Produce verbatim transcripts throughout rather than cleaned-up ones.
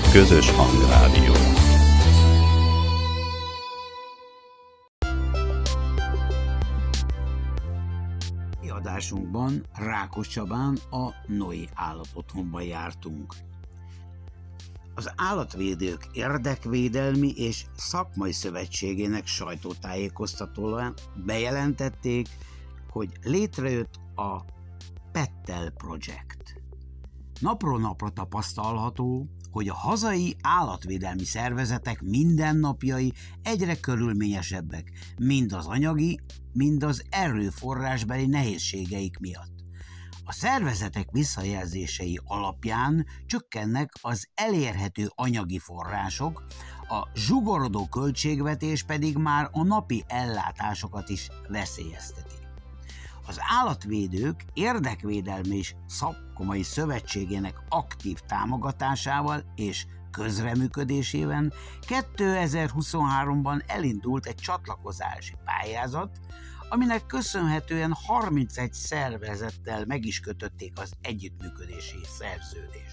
Közös Hangrádió. Adásunkban Rákoscsabán a Noé Állatotthonban jártunk. Az Állatvédők Érdekvédelmi és Szakmai Szövetségének sajtótájékoztatóan bejelentették, hogy létrejött a Pettel Project. Napról napra tapasztalható, hogy a hazai állatvédelmi szervezetek mindennapjai egyre körülményesebbek, mind az anyagi, mind az erőforrásbeli nehézségeik miatt. A szervezetek visszajelzései alapján csökkennek az elérhető anyagi források, a zsugorodó költségvetés pedig már a napi ellátásokat is veszélyezteti. Az Állatvédők Érdekvédelmi és Szakmai Szövetségének aktív támogatásával és közreműködésében kétezer-huszonháromban elindult egy csatlakozási pályázat, aminek köszönhetően harmincegy szervezettel meg is kötötték az együttműködési szerződést.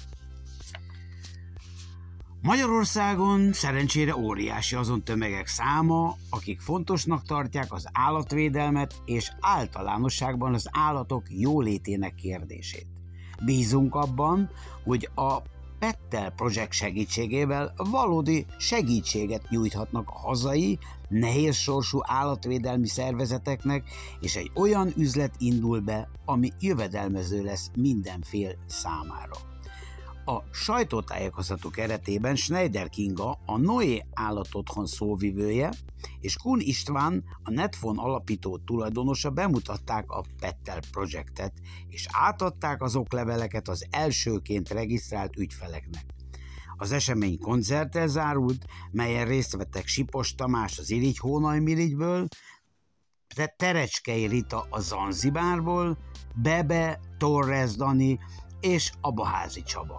Magyarországon szerencsére óriási azon tömegek száma, akik fontosnak tartják az állatvédelmet és általánosságban az állatok jólétének kérdését. Bízunk abban, hogy a Pettel Project segítségével valódi segítséget nyújthatnak a hazai, nehézsorsú állatvédelmi szervezeteknek, és egy olyan üzlet indul be, ami jövedelmező lesz minden fél számára. A sajtótájékoztató keretében Schneider Kinga, a Noé Állatotthon szóvivője, és Kun István, a Netfon alapító tulajdonosa bemutatták a Pettel Projectet, és átadták az okleveleket az elsőként regisztrált ügyfeleknek. Az esemény koncerttel zárult, melyen részt vettek Sipos Tamás az Irigy-Hónaj-Mirigyből, Terecskei Rita a Zanzibárból, Bebe, Torres Dani és Abaházi Csaba.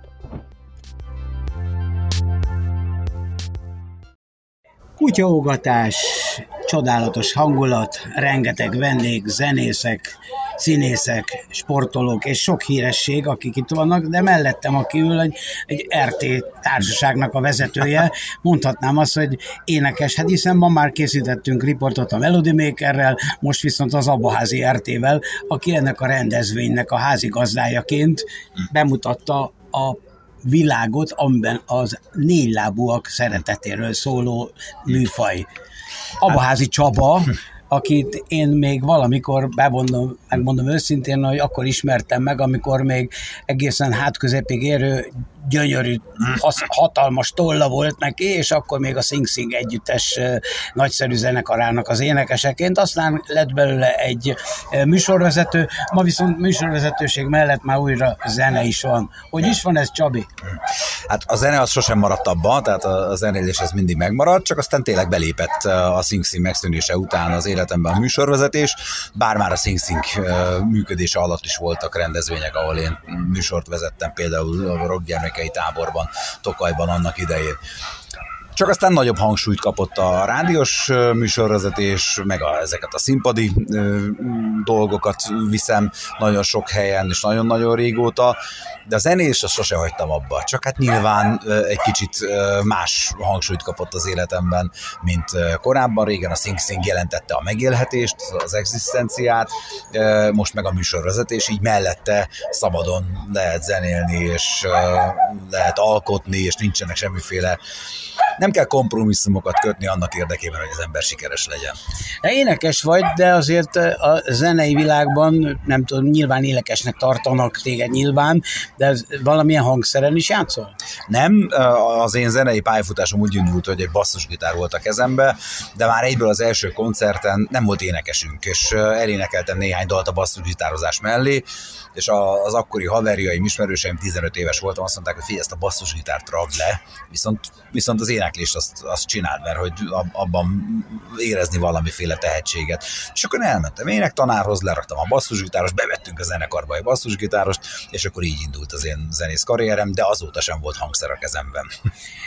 Kutyaógatás, csodálatos hangulat, rengeteg vendég, zenészek, színészek, sportolók és sok híresség, akik itt vannak, de mellettem, aki ül, egy, egy er té társaságnak a vezetője, mondhatnám azt, hogy énekes, hát hiszen ma már készítettünk riportot a Melody Makerrel, most viszont az Abaházi er té-vel, aki ennek a rendezvénynek a házigazdájaként bemutatta a világot, amiben az négylábúak szeretetéről szóló műfaj. Abaházi Csaba, akit én még valamikor, bemondom, megmondom őszintén, hogy akkor ismertem meg, amikor még egészen hátközepig érő, gyönyörű, hatalmas tolla volt neki, és akkor még a Sing Sing együttes nagyszerű zenekarának az énekeseként, aztán lett belőle egy műsorvezető, ma viszont műsorvezetőség mellett már újra zene is van. Hogy is van ez, Csabi? Hát a zene az sosem maradt abban, tehát a zenélés az mindig megmaradt, csak aztán tényleg belépett a Sing Sing megszűnése után az életemben a műsorvezetés, bár már a Sing Sing működése alatt is voltak rendezvények, ahol én műsort vezettem, például a rockgyermekei táborban, Tokajban annak idején. Csak aztán nagyobb hangsúlyt kapott a rádiós műsorvezetés, meg a, ezeket a színpadi ö, dolgokat viszem nagyon sok helyen, és nagyon-nagyon régóta, de a zenés azt sose hagytam abba. Csak hát nyilván ö, egy kicsit ö, más hangsúlyt kapott az életemben, mint ö, korábban. Régen a Sing Sing jelentette a megélhetést, az egzisztenciát, ö, most meg a műsorvezetés, így mellette szabadon lehet zenélni, és ö, lehet alkotni, és nincsenek semmiféle. Nem kell kompromisszumokat kötni annak érdekében, hogy az ember sikeres legyen. De énekes vagy, de azért a zenei világban, nem tudom, nyilván énekesnek tartanak téged nyilván, de valamilyen hangszeren is játszol? Nem, az én zenei pályafutásom úgy indult, hogy egy basszusgitár volt a kezembe, de már egyből az első koncerten nem volt énekesünk, és elénekeltem néhány dalt a basszusgitározás mellé, és az akkori haverjaim, ismerőseim, tizenöt éves voltam, azt mondták, hogy figyelj, ezt a basszusgitárt ragd le, viszont, viszont az éneklést azt, azt csináld, mert hogy abban érezni valamiféle tehetséget. És akkor elmentem énektanárhoz, leraktam a basszusgitárost, bevettünk a zenekarba egy basszusgitárost, és akkor így indult az én zenész karrierem, de azóta sem volt hangszer a kezemben.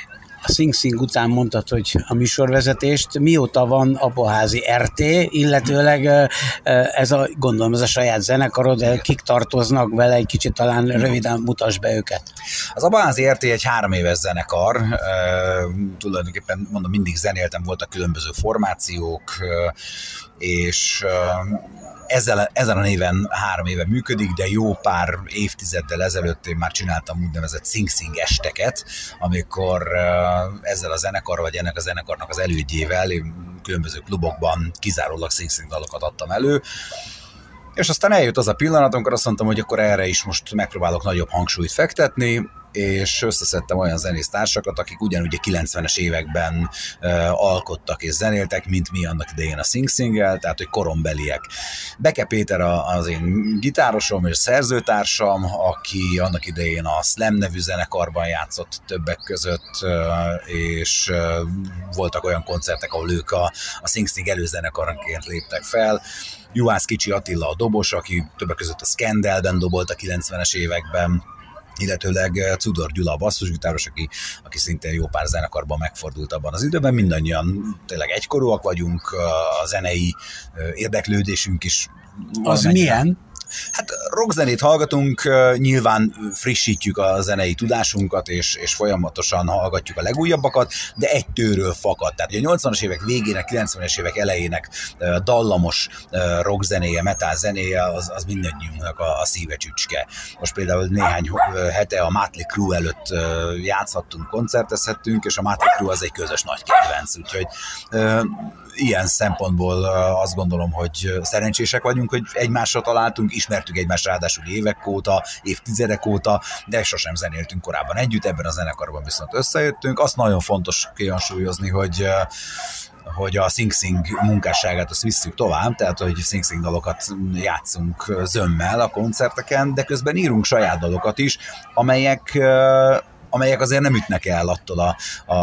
a Sing Sing után mondtad, hogy a műsorvezetést, mióta van Apaházi er té, illetőleg ez a, gondolom, ez a saját zenekarod, de kik tartoznak vele, egy kicsit talán röviden mutasd be őket. Az Apaházi er té egy három éves zenekar, uh, tulajdonképpen mondom, mindig zenéltem, voltak különböző formációk, uh, és uh, Ezzel, ezen a néven három éve működik, de jó pár évtizeddel ezelőtt én már csináltam úgynevezett Sing Sing esteket, amikor ezzel a zenekar, vagy ennek a zenekarnak az elődjével különböző klubokban kizárólag Sing Sing dalokat adtam elő, és aztán eljött az a pillanat, amikor azt mondtam, hogy akkor erre is most megpróbálok nagyobb hangsúlyt fektetni, és összeszedtem olyan zenésztársakat, akik ugyanúgy a kilencvenes években uh, alkottak és zenéltek, mint mi annak idején a Sing Sing-el, tehát hogy korombeliek. Beke Péter a, az én gitárosom és szerzőtársam, aki annak idején a Slam nevű zenekarban játszott többek között, uh, és uh, voltak olyan koncertek, ahol ők a, a Sing Sing előzenekarként léptek fel. Juhász Kicsi Attila a dobos, aki többek között a Scandalben dobolt a kilencvenes években, illetőleg Cudor Gyula a basszusgitáros, aki, aki szintén jó pár zenekarban megfordult abban az időben. Mindannyian tényleg egykorúak vagyunk, a zenei érdeklődésünk is. Az milyen? Hát rockzenét hallgatunk, nyilván frissítjük a zenei tudásunkat, és, és folyamatosan hallgatjuk a legújabbakat, de egy tőről fakad. Tehát a nyolcvanas évek végének, kilencvenes évek elejének dallamos rockzenéje, metal zenéje, az, az mindannyiunknak a, a szíve csücske. Most például néhány hete a Mötley Crüe előtt játszhattunk, koncertezhettünk, és a Mötley Crüe az egy közös nagy kedvenc, úgyhogy ilyen szempontból azt gondolom, hogy szerencsések vagyunk, hogy egymásra találtunk, ismertük egymást ráadásul évek óta, évtizedek óta, de sosem zenéltünk korábban együtt, ebben a zenekarban viszont összejöttünk. Azt nagyon fontos kihangsúlyozni, hogy hogy a Sing Sing munkásságát azt visszük tovább, tehát hogy Sing Sing dalokat játszunk zömmel a koncerteken, de közben írunk saját dalokat is, amelyek amelyek azért nem ütnek el attól a, a,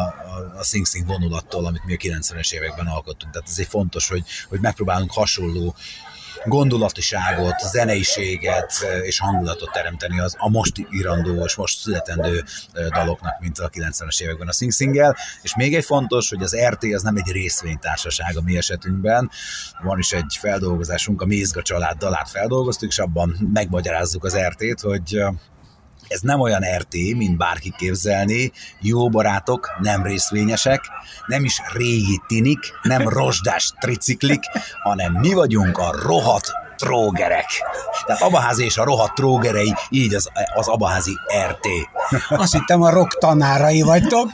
a Sing Sing vonulattól, amit mi a kilencvenes években alkottunk. Tehát ez egy fontos, hogy, hogy megpróbálunk hasonló gondolatiságot, zeneiséget és hangulatot teremteni az a most írandó és most születendő daloknak, mint a kilencvenes években a Sing Sing-el. És még egy fontos, hogy az er té az nem egy részvénytársaság a mi esetünkben. Van is egy feldolgozásunk, a Mézga család dalát feldolgoztuk, és abban megmagyarázzuk az er tét, hogy ez nem olyan er té, mint bárki képzelné, jó barátok, nem részvényesek, nem is régi tinik, nem rozsdás triciklik, hanem mi vagyunk a rohadt trógerek. Tehát Apaházi és a rohadt trógerei, így az, az Apaházi er té. Azt hittem, a rock tanárai vagytok.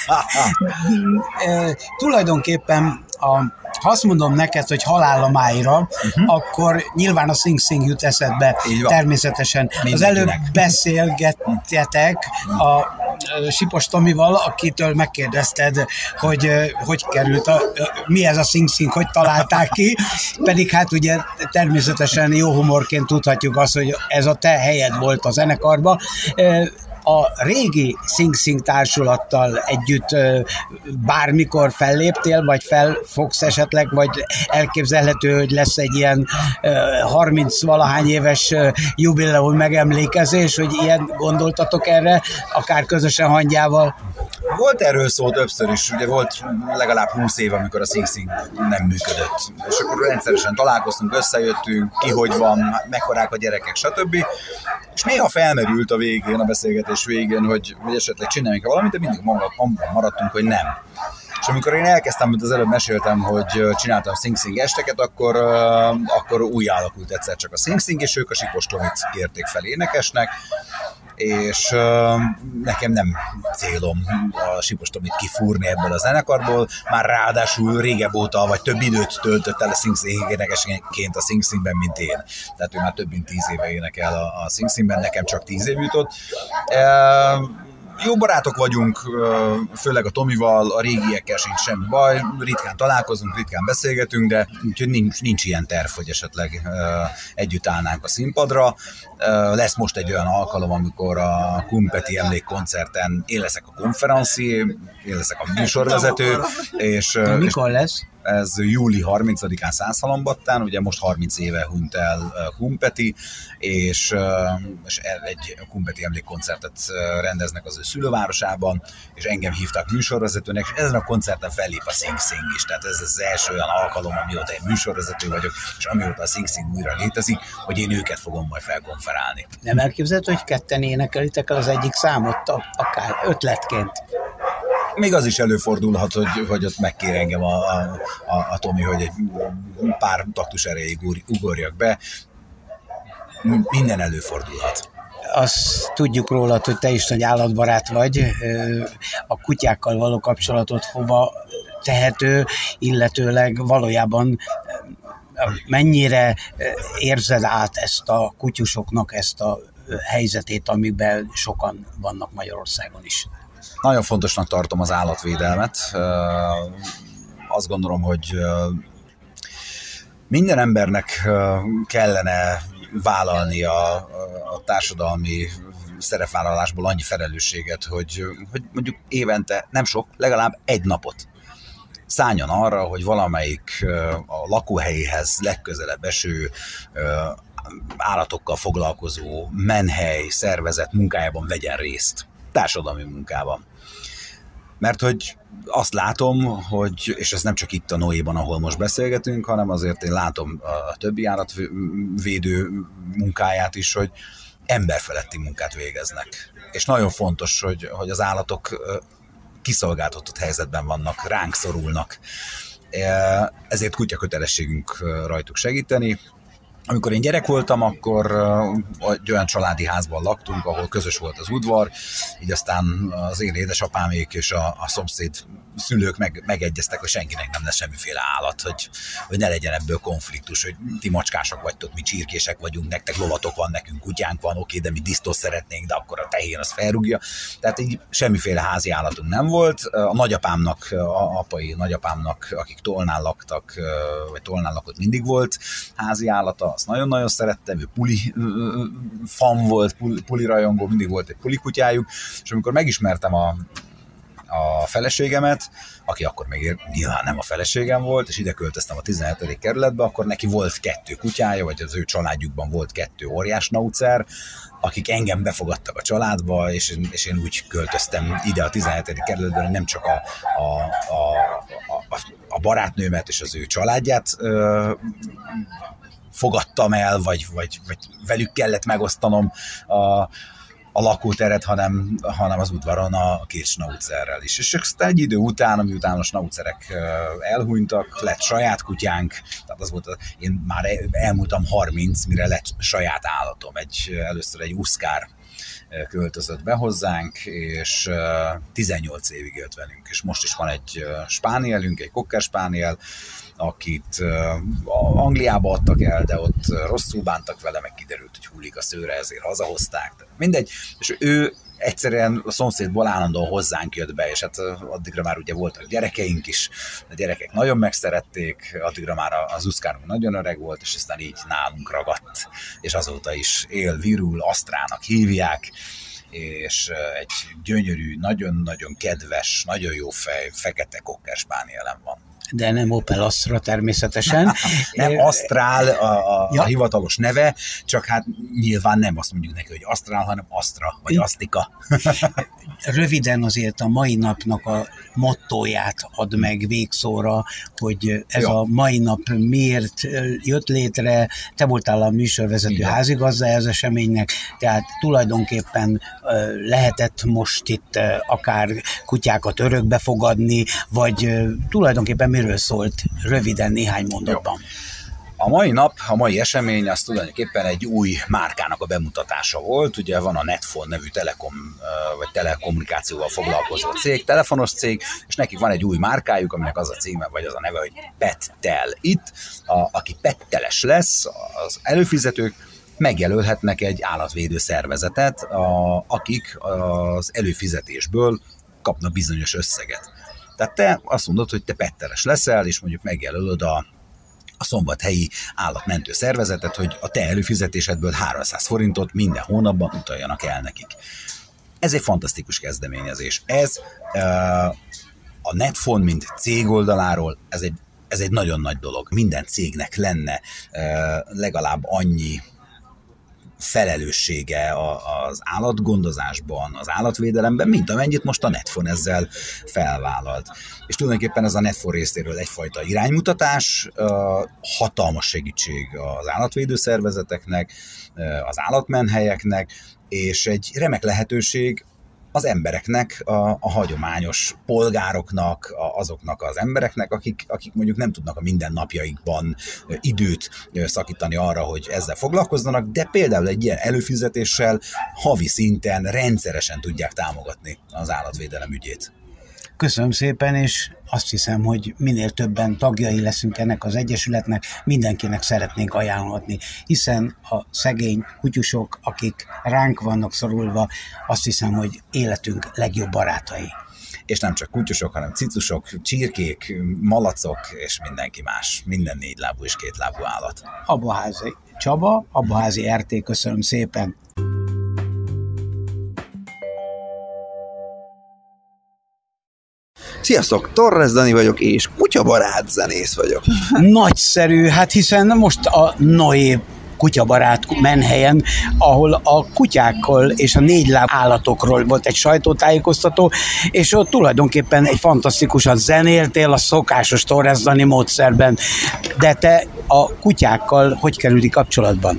e, tulajdonképpen a ha azt mondom neked, hogy halál a májra, uh-huh. akkor nyilván a Sing Sing jut eszedbe természetesen. Mindenkinek. Az előbb beszélgettetek a Sipos Tomival, akitől megkérdezted, hogy hogy került, a, mi ez a Sing Sing, hogy találták ki, pedig hát ugye természetesen jó humorként tudhatjuk azt, hogy ez a te helyed volt a zenekarban. A régi Sing Sing társulattal együtt bármikor felléptél, vagy fel fogsz esetleg, vagy elképzelhető, hogy lesz egy ilyen harminc-valahány éves jubileum megemlékezés, hogy ilyen gondoltatok erre, akár közösen hangyával? Volt erről szó többször is, ugye volt legalább húsz év, amikor a Sing Sing nem működött. És akkor rendszeresen találkoztunk, összejöttünk, ki hogy van, mekkorák a gyerekek, stb. És néha felmerült a végén, a beszélgetés végén, hogy, hogy esetleg csináljunk valamit, de mindig abban maradtunk, hogy nem. És amikor én elkezdtem, mint az előbb meséltem, hogy csináltam Sing Sing esteket, akkor, akkor új alakult egyszer csak a Sing Sing, és ők a Sipos Tomit kérték fel énekesnek, és uh, nekem nem célom a Sipos Tomit kifúrni ebből a zenekarból, már ráadásul régebb óta, vagy több időt töltött el a Sing Sing énekesként a Sing Singben, mint én. Tehát ő már több mint tíz éve énekel a, a Sing Singben, nekem csak tíz év jutott. Uh, Jó barátok vagyunk, főleg a Tomival, a régiekkel sincs semmi baj, ritkán találkozunk, ritkán beszélgetünk, de úgyhogy nincs, nincs ilyen terv, hogy esetleg együtt állnánk a színpadra. Lesz most egy olyan alkalom, amikor a Kumpeti emlékkoncerten én leszek a konferencié, én leszek a műsorvezető. És, mikor lesz? ez júli harmincadikán Szászhalombattán, ugye most harminc éve hunyt el Kumpeti, és, és egy Kumpeti emlékkoncertet rendeznek az ő szülővárosában, és engem hívtak műsorvezetőnek, és ezen a koncerten fellép a Sing Sing is, tehát ez az első olyan alkalom, amióta én műsorvezető vagyok, és amióta a Sing Sing újra létezik, hogy én őket fogom majd felkonferálni. Nem elképzelhető, hogy ketten énekelitek el az egyik számot, akár ötletként? Még az is előfordulhat, hogy, hogy ott megkér engem a, a, a, a Tomi, hogy egy pár taktus erejéig ugorjak be. Minden előfordulhat. Azt tudjuk rólad, hogy te is nagy állatbarát vagy. A kutyákkal való kapcsolatot hova tehető, illetőleg valójában mennyire érzed át ezt a kutyusoknak ezt a helyzetét, amiben sokan vannak Magyarországon is? Nagyon fontosnak tartom az állatvédelmet. Azt gondolom, hogy minden embernek kellene vállalni a, a társadalmi szerepvállalásból annyi felelősséget, hogy, hogy mondjuk évente nem sok, legalább egy napot szálljon arra, hogy valamelyik a lakóhelyéhez legközelebb eső állatokkal foglalkozó menhely, szervezet munkájában vegyen részt, társadalmi munkában. Mert hogy azt látom, hogy, és ez nem csak itt a Noéban, ahol most beszélgetünk, hanem azért én látom a többi állatvédő munkáját is, hogy emberfeletti munkát végeznek. És nagyon fontos, hogy, hogy az állatok kiszolgáltatott helyzetben vannak, ránk szorulnak. Ezért kutya kötelességünk rajtuk segíteni. Amikor én gyerek voltam, akkor egy olyan családi házban laktunk, ahol közös volt az udvar, így aztán az én édesapámék és a, a szomszéd szülők meg, megegyeztek, hogy senkinek nem lesz semmiféle állat, hogy, hogy ne legyen ebből konfliktus, hogy ti macskások vagytok, mi csirkések vagyunk, nektek lovatok van, nekünk kutyánk van, oké, de mi disztót szeretnénk, de akkor a tehén az felrúgja. Tehát így semmiféle házi állatunk nem volt. A nagyapámnak, a apai nagyapámnak, akik Tolnán laktak, vagy Tolnán lakott, mindig volt házi állata, azt nagyon-nagyon szerettem, ő puli fan volt, puli, puli rajongó, mindig volt egy puli kutyájuk, és amikor megismertem a, a feleségemet, aki akkor még nyilván nem a feleségem volt, és ide költöztem a tizenhetedik kerületbe, akkor neki volt kettő kutyája, vagy az ő családjukban volt kettő óriás naucer, akik engem befogadtak a családba, és, és én úgy költöztem ide a tizenhetedik kerületben, hogy nem csak a, a, a, a, a barátnőmet és az ő családját ö, fogadtam el, vagy, vagy, vagy velük kellett megosztanom a, a lakóteret, hanem, hanem az udvaron a két snaucerrel is. És aztán egy idő után, amiután a snaucerek elhunytak, lett saját kutyánk, tehát az volt, én már elmúltam harminc, mire lett saját állatom. Egy, először egy uszkár költözött be hozzánk, és tizennyolc évig élt velünk, és most is van egy spánielünk, egy cocker spaniel, akit Angliába adtak el, de ott rosszul bántak vele, meg kiderült, hogy hullik a szőre, ezért hazahozták. Mindegy, és ő egyszerűen a szomszédból állandóan hozzánk jött be, és hát addigra már ugye voltak gyerekeink is, a gyerekek nagyon megszerették, addigra már az uszkárunk nagyon öreg volt, és aztán így nálunk ragadt, és azóta is él, virul, Asztrának hívják, és egy gyönyörű, nagyon-nagyon kedves, nagyon jó fej, fekete cocker spanielem van. De nem Opel Astra természetesen. Nem Astrál a, a, ja. a hivatalos neve, csak hát nyilván nem azt mondjuk neki, hogy Astrál, hanem Astra, vagy Asztika. Röviden azért a mai napnak a mottóját ad meg végszóra, hogy ez ja. a mai nap miért jött létre, te voltál a műsorvezető igen. házigazda az eseménynek, tehát tulajdonképpen lehetett most itt akár kutyákat örökbe fogadni, vagy tulajdonképpen miről szólt röviden néhány mondatban? Jó. A mai nap, a mai esemény az tulajdonképpen egy új márkának a bemutatása volt. Ugye van a Netphone nevű telekom, vagy telekommunikációval foglalkozó cég, telefonos cég, és nekik van egy új márkájuk, aminek az a címe, vagy az a neve, hogy Pettel. Itt, a, aki petteles lesz, az előfizetők megjelölhetnek egy állatvédő szervezetet, a, akik az előfizetésből kapnak bizonyos összeget. Tehát te azt mondod, hogy te petteles leszel, és mondjuk megjelölöd a a szombathelyi állatmentő szervezetet, hogy a te előfizetésedből háromszáz forintot minden hónapban utaljanak el nekik. Ez egy fantasztikus kezdeményezés. Ez a Netphone, mint cég oldaláról, ez egy, ez egy nagyon nagy dolog. Minden cégnek lenne legalább annyi felelőssége az állatgondozásban, az állatvédelemben, mint amennyit most a Netfon ezzel felvállalt. És tulajdonképpen ez a Netfon részéről egyfajta iránymutatás, hatalmas segítség az állatvédő szervezeteknek, az állatmenhelyeknek, és egy remek lehetőség az embereknek, a, a hagyományos polgároknak, a, azoknak az embereknek, akik, akik mondjuk nem tudnak a mindennapjaikban időt szakítani arra, hogy ezzel foglalkozzanak, de például egy ilyen előfizetéssel havi szinten rendszeresen tudják támogatni az állatvédelem ügyét. Köszönöm szépen, és azt hiszem, hogy minél többen tagjai leszünk ennek az egyesületnek, mindenkinek szeretnénk ajánlani, hiszen a szegény kutyusok, akik ránk vannak szorulva, azt hiszem, hogy életünk legjobb barátai. És nem csak kutyusok, hanem cicusok, csirkék, malacok, és mindenki más, minden négylábú és kétlábú állat. Abaházi Csaba, Abaházi er té, köszönöm szépen. Sziasztok, Torres Dani vagyok, és kutyabarát zenész vagyok. Nagyszerű, hát hiszen most a Noé kutyabarát menhelyen, ahol a kutyákkal és a négyláb állatokról volt egy sajtótájékoztató, és ott tulajdonképpen egy fantasztikusat zenéltél a szokásos Torres Dani módszerben, de te a kutyákkal hogy kerülti kapcsolatban?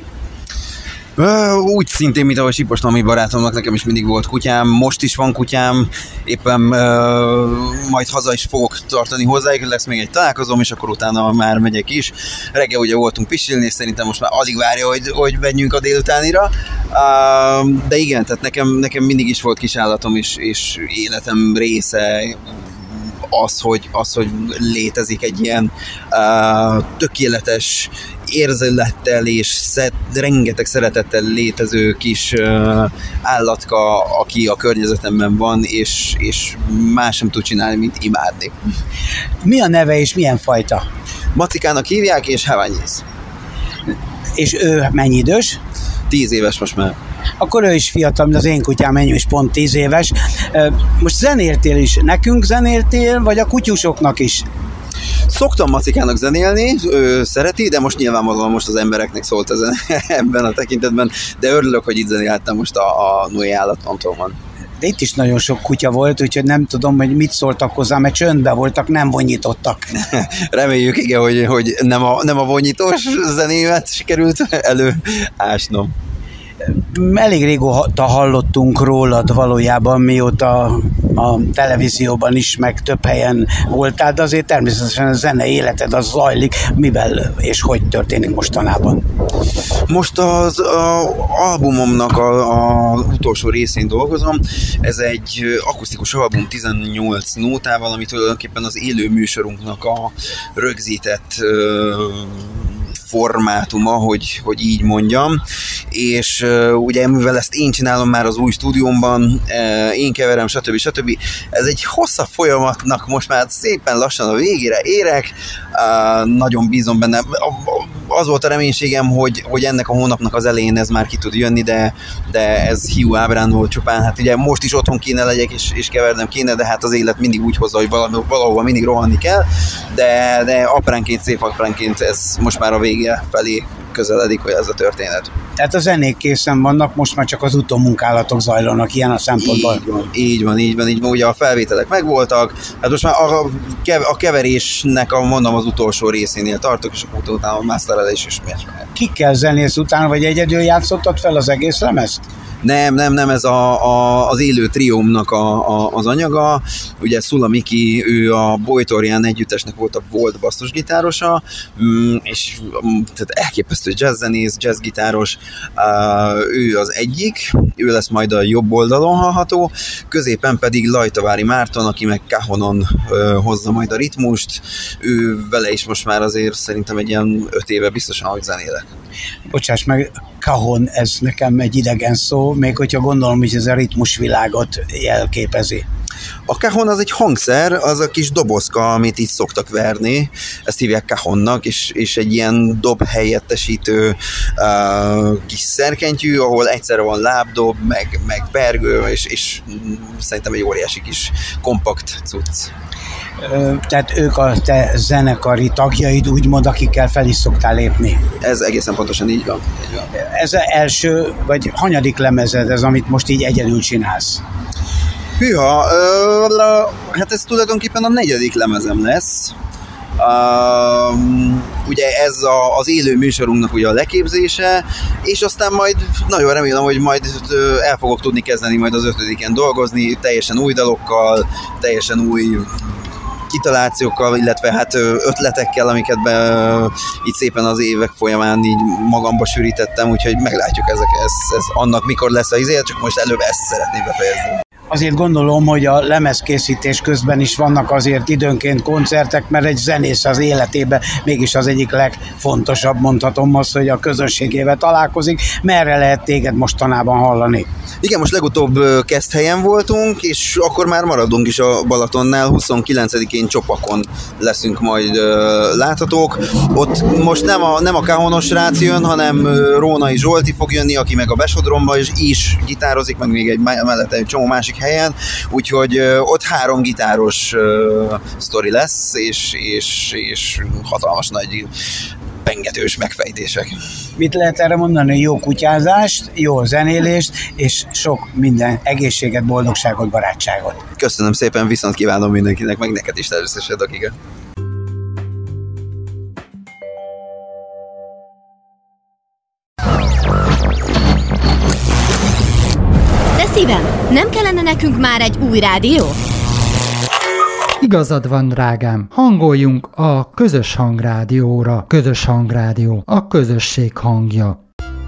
Úgy szintén, mint ahogy Sipos Nomi barátomnak, nekem is mindig volt kutyám, most is van kutyám, éppen uh, majd haza is fogok tartani hozzájuk, lesz még egy találkozom, és akkor utána már megyek is. Reggel ugye voltunk pisilni, és szerintem most már alig várja, hogy, hogy menjünk a délutánira. Uh, de igen, tehát nekem, nekem mindig is volt kisállatom, és, és életem része az, hogy, az, hogy létezik egy ilyen uh, tökéletes érzelettel és szed, rengeteg szeretettel létező kis uh, állatka, aki a környezetemben van, és, és más sem tud csinálni, mint imádni. Mi a neve és milyen fajta? Macikának hívják, és Havanyis. És ő mennyi idős? Tíz éves most már. Akkor ő is fiatal, mint az én kutyám, ennyi is pont tíz éves. Most zenéltél is. Nekünk zenéltél, vagy a kutyusoknak is? Szoktam Macikának zenélni, ő szereti, de most nyilvánvalóan most az embereknek szólt ezen, ebben a tekintetben, de örülök, hogy itt zenéltem most a, a Noé állatpontomon. De itt is nagyon sok kutya volt, úgyhogy nem tudom, hogy mit szóltak hozzá, mert csöndben voltak, nem vonyítottak. Reméljük, igen, hogy, hogy nem, a, nem a vonyítós zenémet sikerült előásnom. Elég régóta hallottunk rólad valójában, mióta a televízióban is, meg több helyen voltál, de azért természetesen a zene életed az zajlik, mivel és hogy történik mostanában? Most az a, albumomnak a, a utolsó részén dolgozom. Ez egy akusztikus album tizennyolc nótával, ami tulajdonképpen az élő műsorunknak a rögzített formátuma, hogy, hogy így mondjam, és uh, ugye mivel ezt én csinálom már az új stúdiómban, uh, én keverem, stb. stb. Ez egy hosszabb folyamatnak most már szépen lassan a végére érek, uh, nagyon bízom benne. Az volt a reménységem, hogy, hogy ennek a hónapnak az elején ez már ki tud jönni, de, de ez hiú ábrán volt csupán. Hát ugye most is otthon kéne legyek, és, és kevernem kéne, de hát az élet mindig úgy hozza, hogy valahova mindig rohanni kell, de, de apránként, szép apránként ez most már a vége felé közeledik, hogy ez a történet. Tehát a zenék készen vannak, most már csak az utómunkálatok zajlanak ilyen a szempontból. Így van, így van, így van, így van. Ugye a felvételek megvoltak, hát most már a, a keverésnek a, mondom, az utolsó részénél tartok, és akkor utána a masterelés is megy. Kikkel zenész utána, vagy egyedül játszottad fel az egész lemezt? Nem, nem, nem, ez a, a, az élő triómnak a, a, az anyaga. Ugye Szula Miki, ő a Bojtorján együttesnek volt a volt basszusgitárosa, és tehát elképesztő jazzzenész, jazzgitáros, ő az egyik, ő lesz majd a jobb oldalon hallható, középen pedig Lajtavári Márton, aki meg cajonon hozza majd a ritmust, ő vele is most már azért szerintem egy ilyen öt éve biztosan, hogy zenélek. Bocsáss meg, cajon, ez nekem egy idegen szó, még hogyha gondolom, hogy ez a ritmusvilágot jelképezi. A cajon az egy hangszer, az a kis dobozka, amit így szoktak verni, ezt hívják cajonnak, és, és egy ilyen dob helyettesítő uh, kis szerkentyű, ahol egyszerre van lábdob, meg, meg pergő, és, és szerintem egy óriási kis kompakt cucc. Tehát ők a te zenekari tagjaid, úgymond, akikkel fel is szoktál lépni. Ez egészen pontosan így van. Így van. Ez az első, vagy hanyadik lemezed ez, amit most így egyedül csinálsz? Hűha, ö, hát ez tulajdonképpen a negyedik lemezem lesz. Uh, ugye ez a, az élő műsorunknak ugye a leképzése, és aztán majd nagyon remélem, hogy majd el fogok tudni kezdeni majd az ötödiken dolgozni, teljesen új dalokkal, teljesen új kitalációkkal, illetve hát ötletekkel, amiket be, így szépen az évek folyamán így magamba sűrítettem, úgyhogy meglátjuk ezek, ez, ez annak mikor lesz a izé, csak most előbb ezt szeretném befejezni. Azért gondolom, hogy a lemezkészítés közben is vannak azért időnként koncertek, mert egy zenész az életében mégis az egyik legfontosabb, mondhatom azt, hogy a közönségével találkozik. Merre lehet téged mostanában hallani? Igen, most legutóbb Keszthelyen voltunk, és akkor már maradunk is a Balatonnál, huszonkilencedikén Csopakon leszünk majd láthatók. Ott most nem a, nem a cajonos srác jön, hanem Rónai Zsolti fog jönni, aki meg a Besodromba is, is gitározik, meg még egy mellette egy csomó másik helyen, úgyhogy ott három gitáros sztori lesz, és, és, és hatalmas nagy pengetős megfejtések. Mit lehet erre mondani? Jó kutyázást, jó zenélést, és sok minden egészséget, boldogságot, barátságot. Köszönöm szépen, viszont kívánom mindenkinek, meg neked is természetesen, Dakika. De szívem, nem kellene nekünk már egy új rádió? Igazad van, drágám, hangoljunk a Közös Hangrádióra. Közös Hangrádió, a közösség hangja.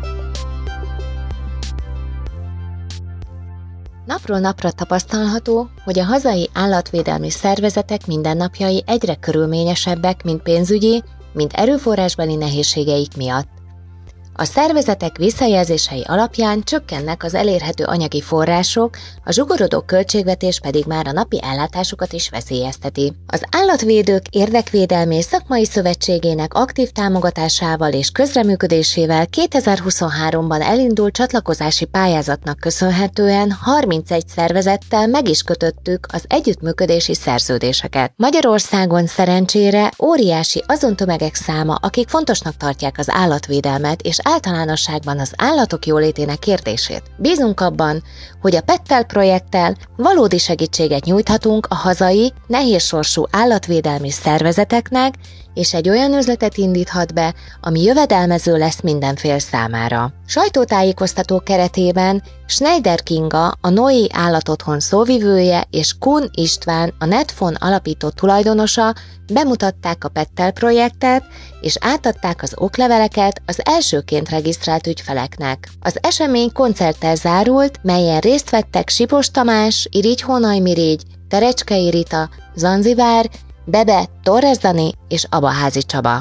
Napról napra tapasztalható, hogy a hazai állatvédelmi szervezetek mindennapjai egyre körülményesebbek, mint pénzügyi, mint erőforrásbeli nehézségeik miatt. A szervezetek visszajelzései alapján csökkennek az elérhető anyagi források, a zsugorodó költségvetés pedig már a napi ellátásukat is veszélyezteti. Az Állatvédők Érdekvédelmi Szakmai Szövetségének aktív támogatásával és közreműködésével kétezer-huszonháromban elindult csatlakozási pályázatnak köszönhetően harmincegy szervezettel meg is kötöttük az együttműködési szerződéseket. Magyarországon szerencsére óriási azon tömegek száma, akik fontosnak tartják az állatvédelmet és általánosságban az állatok jólétének kérdését. Bízunk abban, hogy a Pettel projekttel valódi segítséget nyújthatunk a hazai, nehézsorsú állatvédelmi szervezeteknek, és egy olyan üzletet indíthat be, ami jövedelmező lesz minden fél számára. Sajtótájékoztató keretében Schneider Kinga, a Noé Állatotthon szóvivője, és Kuhn István, a Netfon alapító tulajdonosa bemutatták a Pettel projektet, és átadták az okleveleket az elsőként regisztrált ügyfeleknek. Az esemény koncerttel zárult, melyen részt vettek Sipos Tamás, Irigy Hónaj Mirigy, Terecskei Rita, Zanzibár, Bebe, Torres Dani és Abaházi Csaba.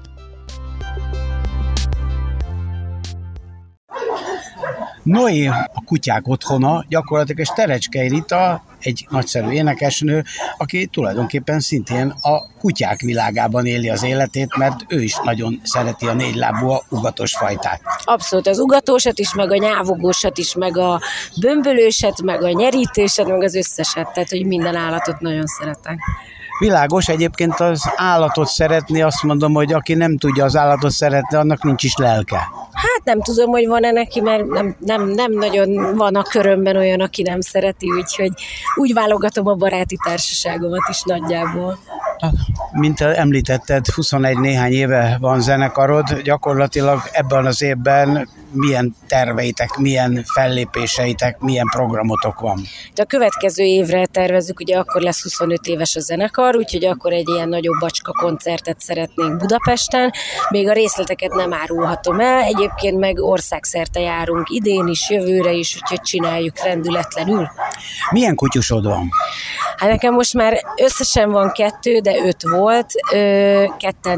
Noé, a kutyák otthona, gyakorlatilag és Terecskei Rita, egy nagyszerű énekesnő, aki tulajdonképpen szintén a kutyák világában éli az életét, mert ő is nagyon szereti a négylábú ugatos fajtát. Abszolút, az ugatósat is, meg a nyávogósat is, meg a bömbölőset, meg a nyerítőset, meg az összeset, tehát hogy minden állatot nagyon szeretek. Világos, egyébként az állatot szeretni, azt mondom, hogy aki nem tudja az állatot szeretni, annak nincs is lelke. Hát nem tudom, hogy van-e neki, mert nem, nem, nem nagyon van a körömben olyan, aki nem szereti, úgyhogy úgy válogatom a baráti társaságomat is nagyjából. Mint említetted, huszonegy néhány éve van zenekarod, gyakorlatilag ebben az évben milyen terveitek, milyen fellépéseitek, milyen programotok van? De a következő évre tervezzük, ugye akkor lesz huszonöt éves a zenekar, úgyhogy akkor egy ilyen nagyobb bacska koncertet szeretnénk Budapesten. Még a részleteket nem árulhatom el, egyébként meg országszerte járunk idén is, jövőre is, úgyhogy csináljuk rendületlenül. Milyen kutyusod van? Hát nekem most már összesen van kettő, de öt volt, ö, ketten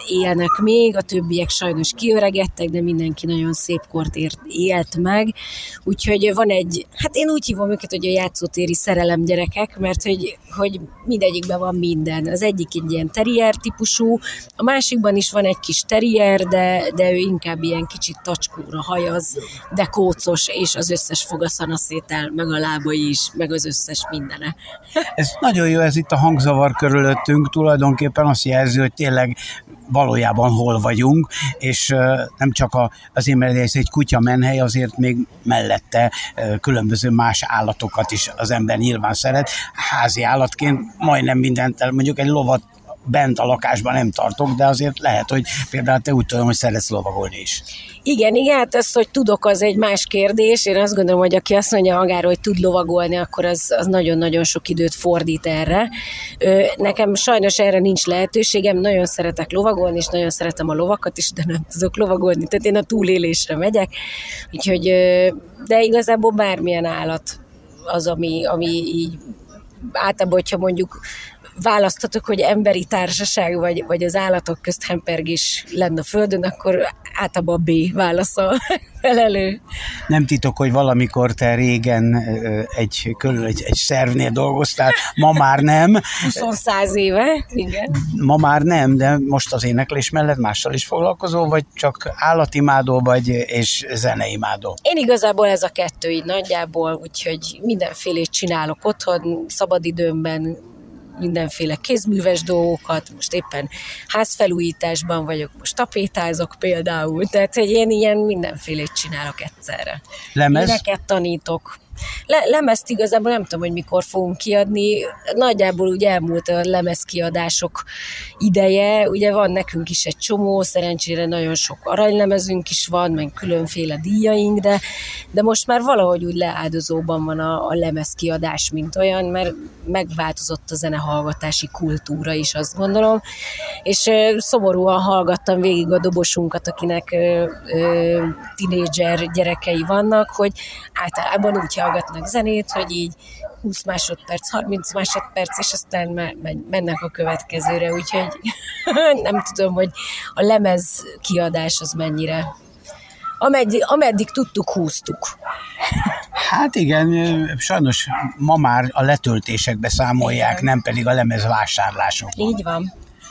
élnek még, a többiek sajnos kiöregedtek, de mindenki nagyon szép kort ért, élt meg. Úgyhogy van egy, hát én úgy hívom őket, hogy a játszótéri szerelem gyerekek, mert hogy, hogy mindegyikben van minden. Az egyik egy ilyen terrier típusú, a másikban is van egy kis terrier, de, de ő inkább ilyen kicsit tacskóra hajaz, de kócos, és az összes fogaszana szétel, meg a lábai is, meg az összes mindene. Ez nagyon jó, ez itt a hangzavar körülöttünk, tulajdonképpen azt jelzi, hogy tényleg valójában hol vagyunk, és uh, nem csak a, azért, mert ez egy kutya menhely, azért még mellette uh, különböző más állatokat is az ember nyilván szeret. Házi állatként majdnem mindent, mondjuk egy lovat bent a lakásban nem tartok, de azért lehet, hogy például te úgy tudom, hogy szeretsz lovagolni is. Igen, igen, hát az, hogy tudok, az egy más kérdés. Én azt gondolom, hogy aki azt mondja magáról, hogy tud lovagolni, akkor az, az nagyon-nagyon sok időt fordít erre. Nekem sajnos erre nincs lehetőségem, nagyon szeretek lovagolni, és nagyon szeretem a lovakat is, de nem tudok lovagolni, tehát én a túlélésre megyek. Úgyhogy, de igazából bármilyen állat az, ami, ami így általában, hogyha mondjuk választhatok, hogy emberi társaság, vagy, vagy az állatok közt hempergés lenne a földön, akkor általában B válasz a felelő. Nem titok, hogy valamikor te régen egy, körül egy, egy szervnél dolgoztál, ma már nem. húsz-száz éve, igen. Ma már nem, de most az éneklés mellett mással is foglalkozol, vagy csak állatimádó vagy, és zeneimádó? Én igazából ez a kettő így nagyjából, úgyhogy mindenfélét csinálok otthon, szabadidőmben, mindenféle kézműves dolgokat, most éppen házfelújításban vagyok, most tapétázok például, tehát hogy én ilyen mindenfélét csinálok egyszerre. Lemez? Éneket tanítok. Le- lemezt igazából nem tudom, hogy mikor fogunk kiadni. Nagyjából ugye elmúlt a lemezkiadások ideje. Ugye van nekünk is egy csomó, szerencsére nagyon sok aranylemezünk is van, meg különféle díjaink, de, de most már valahogy úgy leáldozóban van a, a lemezkiadás, mint olyan, mert megváltozott a zenehallgatási kultúra is, azt gondolom. És ö, szomorúan hallgattam végig a dobosunkat, akinek ö, ö, tinédzser gyerekei vannak, hogy általában úgy hallgatnak zenét, hogy így húsz másodperc, harminc másodperc, és aztán már mennek a következőre, úgyhogy nem tudom, hogy a lemez kiadás az mennyire. Ameddig, ameddig tudtuk, húztuk. Hát igen, sajnos ma már a letöltésekbe számolják, igen, nem pedig a lemez vásárlásokban. Így van.